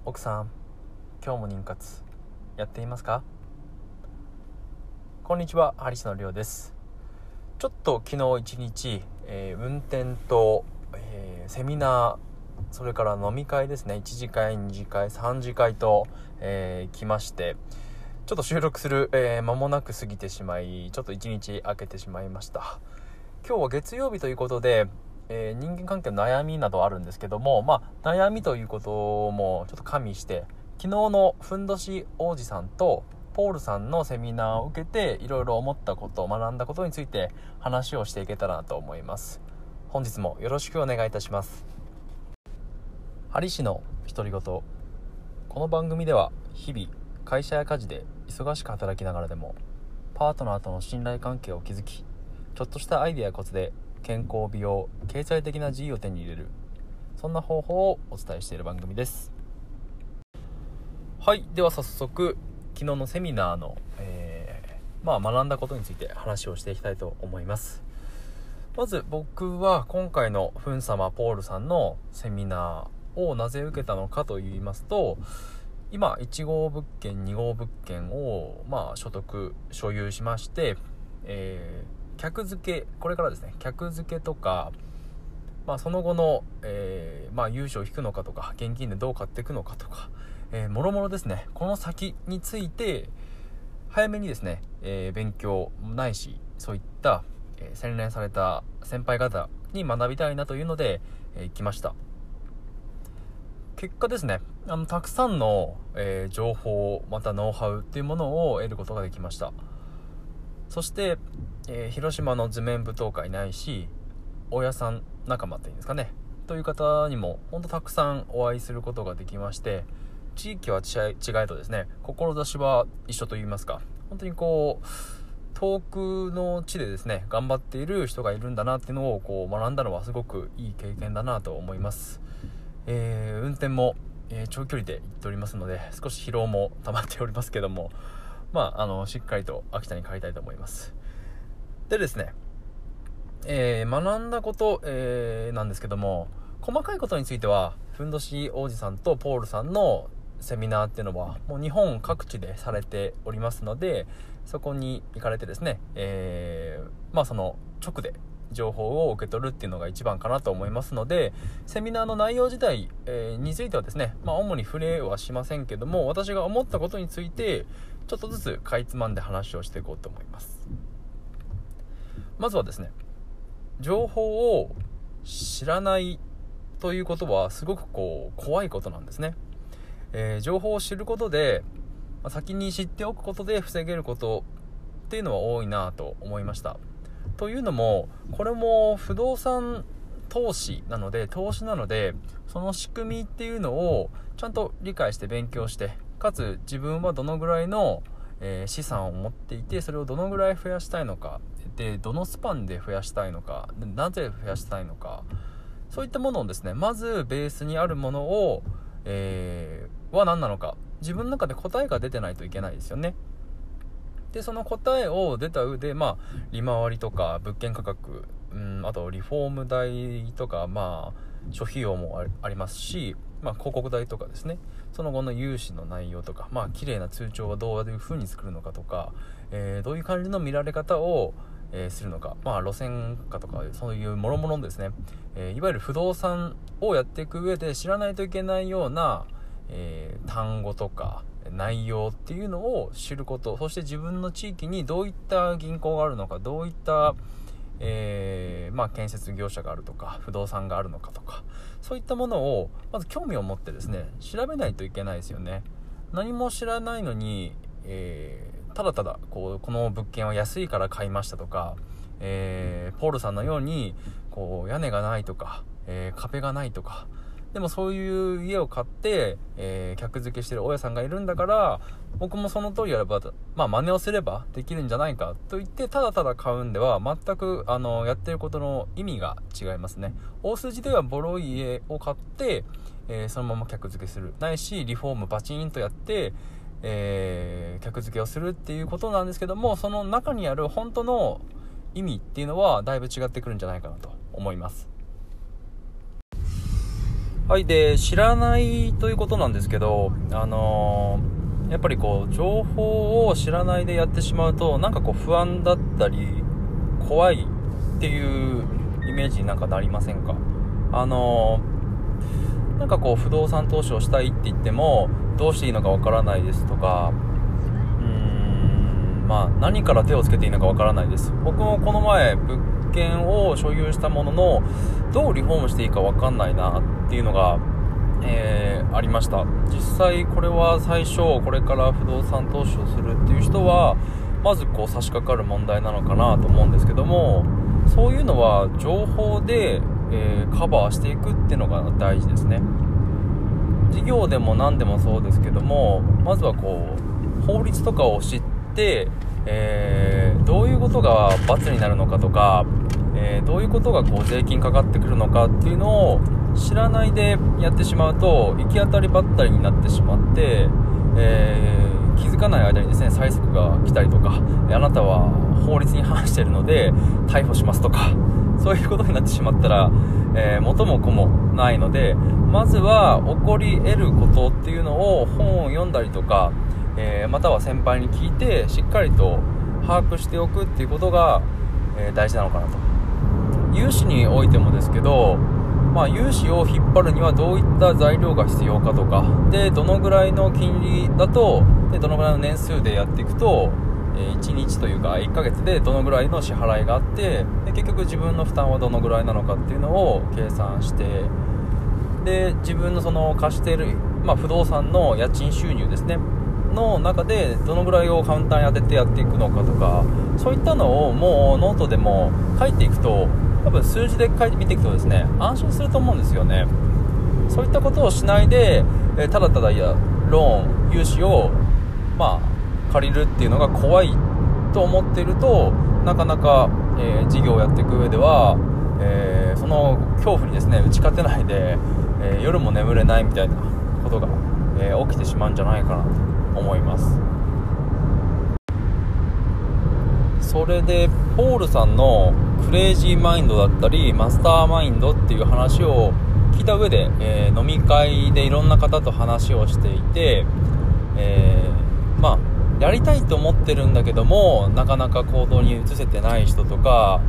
奥さん、今日も妊活やっていますか？こんにちは、ハリスのりょうです。ちょっと昨日一日、運転と、セミナー、それから飲み会ですね。1次会、2次会、3次会と、来まして、ちょっと収録する、間もなく過ぎてしまい、ちょっと一日空けてしまいました。今日は月曜日ということで、人間関係の悩みなどあるんですけども、悩みということもちょっと加味して、昨日のふんどし王子さんとポールさんのセミナーを受けて、いろいろ思ったこと、学んだことについて話をしていけたらなと思います。本日もよろしくお願いいたします。ハリ氏の独り言。この番組では日々会社や家事で忙しく働きながらでもパートナーとの信頼関係を築き、ちょっとしたアイデアやコツで健康、美容、経済的な自由を手に入れる、そんな方法をお伝えしている番組です。はい、では早速昨日のセミナーの、学んだことについて話をしていきたいと思います。まず僕は今回のフン様ポールさんのセミナーをなぜ受けたのかといいますと、今1号物件2号物件を所有しまして、客付け、これからですね、客付けとか、その後の、融資を引くのかとか、現金でどう買っていくのかとか、もろもろですね、この先について早めにですね、勉強ないし、そういった、洗練された先輩方に学びたいなというので、来ました。結果ですね、たくさんの、情報、またノウハウっていうものを得ることができました。そして、広島の図面舞踏会ないし、大家さん仲間っていうんですかね、という方にも本当たくさんお会いすることができまして、地域は違えとですね、志は一緒といいますか、本当に遠くの地でですね頑張っている人がいるんだなっていうのを学んだのはすごくいい経験だなと思います。運転も、長距離で行っておりますので、少し疲労も溜まっておりますけども、しっかりと秋田に帰りたいと思います。でですね、学んだこと、なんですけども、細かいことについてはふんどし王子さんとポールさんのセミナーっていうのはもう日本各地でされておりますので、そこに行かれてですね、その直で情報を受け取るっていうのが一番かなと思いますので、セミナーの内容自体、についてはですね、主に触れはしませんけども、私が思ったことについてちょっとずつかいつまんで話をしていこうと思います。まずはですね、情報を知らないということはすごく怖いことなんですね。情報を知ることで、先に知っておくことで防げることっていうのは多いなと思いました。というのも、これも不動産投資なので、その仕組みっていうのをちゃんと理解して勉強して、かつ自分はどのぐらいの資産を持っていて、それをどのぐらい増やしたいのかで、どのスパンで増やしたいのか、なぜ増やしたいのか、そういったものをですね、まずベースにあるものを、は何なのか、自分の中で答えが出てないといけないですよね。でその答えを出た上で、利回りとか物件価格、あとリフォーム代とか、諸費用もありますし、広告代とかですね、その後の融資の内容とか、綺麗な通帳はどういう風に作るのかとか、どういう感じの見られ方を、するのか、路線価とかそういうもろもろですね、いわゆる不動産をやっていく上で知らないといけないような、単語とか内容っていうのを知ること、そして自分の地域にどういった銀行があるのか、どういった、建設業者があるとか不動産があるのかとか、そういったものをまず興味を持ってですね調べないといけないですよね。何も知らないのに、ただただこの物件は安いから買いましたとか、ポールさんのように屋根がないとか、壁がないとか、でもそういう家を買って、客付けしてる大家さんがいるんだから、僕もその通りやれば、真似をすればできるんじゃないかと言ってただただ買うんでは全くやってることの意味が違いますね。大筋ではボロい家を買って、そのまま客付けする、ないしリフォームバチンとやって、客付けをするっていうことなんですけども、その中にある本当の意味っていうのはだいぶ違ってくるんじゃないかなと思います。 はい。で、知らないということなんですけど、やっぱりこう情報を知らないでやってしまうと、なんかこう不安だったり怖いっていうイメージになんかなりませんか？なんかこう不動産投資をしたいって言ってもどうしていいのかわからないですとか、何から手をつけていいのかわからないです。僕もこの前物件を所有したものの、どうリフォームしていいかわかんないなっていうのが、ありました。実際これは最初これから不動産投資をするっていう人はまずこう差し掛かる問題なのかなと思うんですけども、そういうのは情報で、カバーしていくっていうのが大事ですね。事業でも何でもそうですけども、まずはこう法律とかを知って、どういうことが罰になるのかとか、どういうことがこう税金かかってくるのかっていうのを知らないでやってしまうと行き当たりばったりになってしまって、気づかない間にですね催促が来たりとか、あなたは法律に反しているので逮捕しますとか、そういうことになってしまったら、元も子もないので、まずは起こり得ることっていうのを本を読んだりとか、または先輩に聞いてしっかりと把握しておくっていうことが、大事なのかなと。融資においてもですけど、融資を引っ張るにはどういった材料が必要かとかで、どのぐらいの金利だと、でどのぐらいの年数でやっていくと、1日というか1ヶ月でどのぐらいの支払いがあって、で結局自分の負担はどのぐらいなのかっていうのを計算して、で自分のその貸している、不動産の家賃収入ですねの中でどのぐらいをカウンターに当ててやっていくのかとか、そういったのをもうノートでも書いていくと、多分数字で書いてみていくとですね、安心すると思うんですよね。そういったことをしないで、ただただローン融資を借りるっていうのが怖いと思っていると、なかなか、事業をやっていく上では、その恐怖にですね打ち勝てないで、夜も眠れないみたいなことが、起きてしまうんじゃないかなと思います。それでポールさんのクレイジーマインドだったりマスターマインドっていう話を聞いた上で、飲み会でいろんな方と話をしていて、やりたいと思ってるんだけどもなかなか行動に移せてない人とか、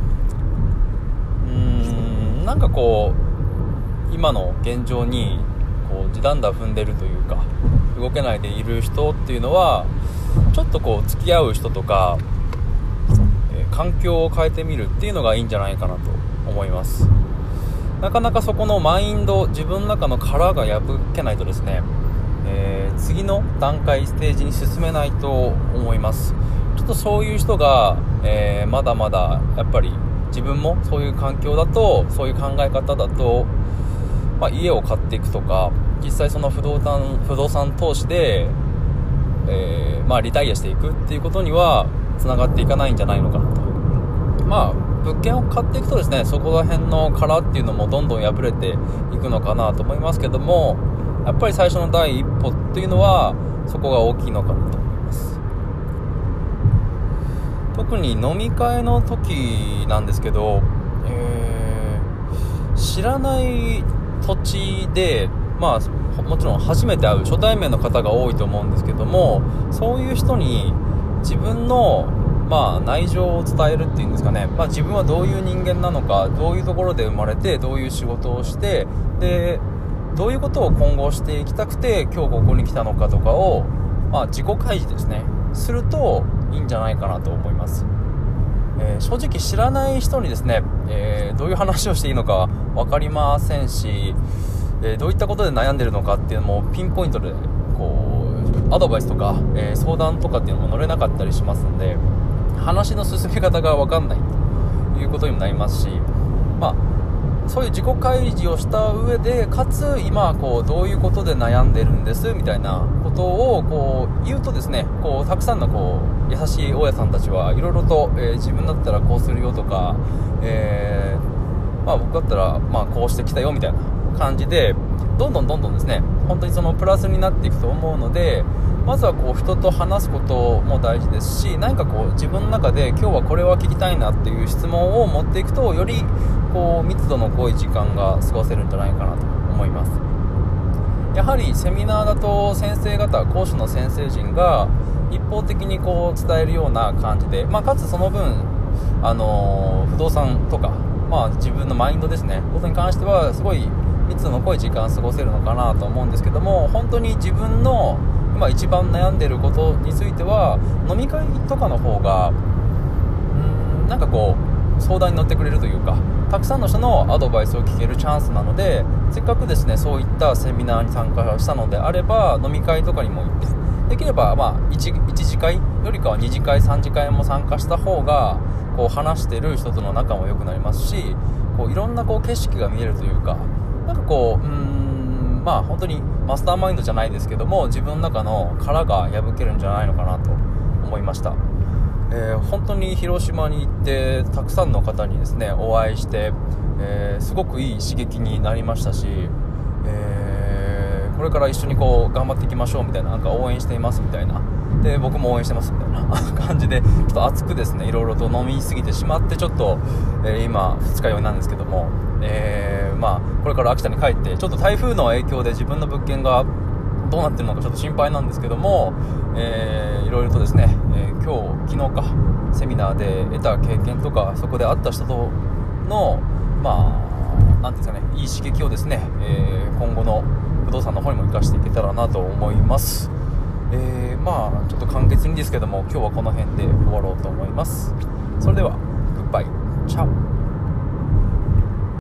なんかこう今の現状にこう地団打踏んでるというか動けないでいる人っていうのは、ちょっとこう付き合う人とか、環境を変えてみるっていうのがいいんじゃないかなと思います。なかなかそこのマインド、自分の中の殻が破けないとですね、次の段階ステージに進めないと思います。ちょっとそういう人が、まだまだやっぱり自分もそういう環境だと、そういう考え方だと、家を買っていくとか、実際その不動産投資で、リタイアしていくっていうことにはつながっていかないんじゃないのかなと。物件を買っていくとですね、そこら辺の殻っていうのもどんどん破れていくのかなと思いますけども、やっぱり最初の第一歩っていうのはそこが大きいのかなと思います。特に飲み会の時なんですけど、知らない土地で、もちろん初めて会う初対面の方が多いと思うんですけども、そういう人に自分の内情を伝えるっていうんですかね、自分はどういう人間なのか、どういうところで生まれてどういう仕事をして、でどういうことを今後していきたくて今日ここに来たのかとかを、自己開示ですねするといいんじゃないかなと思います。正直知らない人にですね、どういう話をしていいのか分かりませんし、どういったことで悩んでるのかっていうのもピンポイントでこうアドバイスとか、相談とかっていうのも乗れなかったりしますので、話の進め方が分かんないということにもなりますし、そういう自己開示をした上で、かつ今こうどういうことで悩んでるんですみたいなことをこう言うとですね、こうたくさんのこう優しい大家さんたちはいろいろと、自分だったらこうするよとか、僕だったらこうしてきたよみたいな感じでどんどんですね、本当にそのプラスになっていくと思うので、まずはこう人と話すことも大事ですし、何かこう自分の中で今日はこれは聞きたいなっていう質問を持っていくと、よりこう密度の濃い時間が過ごせるんじゃないかなと思います。やはりセミナーだと先生方、講師の先生陣が一方的にこう伝えるような感じで、かつその分不動産とか、自分のマインドですね、ことに関してはすごい密度の濃い時間を過ごせるのかなと思うんですけども、本当に自分の今一番悩んでいることについては飲み会とかの方がなんかこう相談に乗ってくれるというか、たくさんの人のアドバイスを聞けるチャンスなので、せっかくですねそういったセミナーに参加したのであれば、飲み会とかにも行って、できれば1次会よりかは2次会3次会も参加した方がこう話してる人との仲も良くなりますし、こういろんなこう景色が見えるというか、なんかこう本当にマスターマインドじゃないですけども、自分の中の殻が破けるんじゃないのかなと思いました。本当に広島に行ってたくさんの方にですねお会いして、すごくいい刺激になりましたし、これから一緒にこう頑張っていきましょうみたいな、なんか応援していますみたいな、で僕も応援してますみたいな感じで、ちょっと熱くですねいろいろと飲みすぎてしまって、ちょっと、今二日酔いなんですけども、これから秋田に帰って、ちょっと台風の影響で自分の物件がどうなってるのかちょっと心配なんですけども、いろいろとですね、昨日かセミナーで得た経験とか、そこで会った人とのなんていうんですかね、いい刺激をですね、今後の不動産の方にも生かしていけたらなと思います。ちょっと簡潔にですけども、今日はこの辺で終わろうと思います。それではグッバイ、チャオ。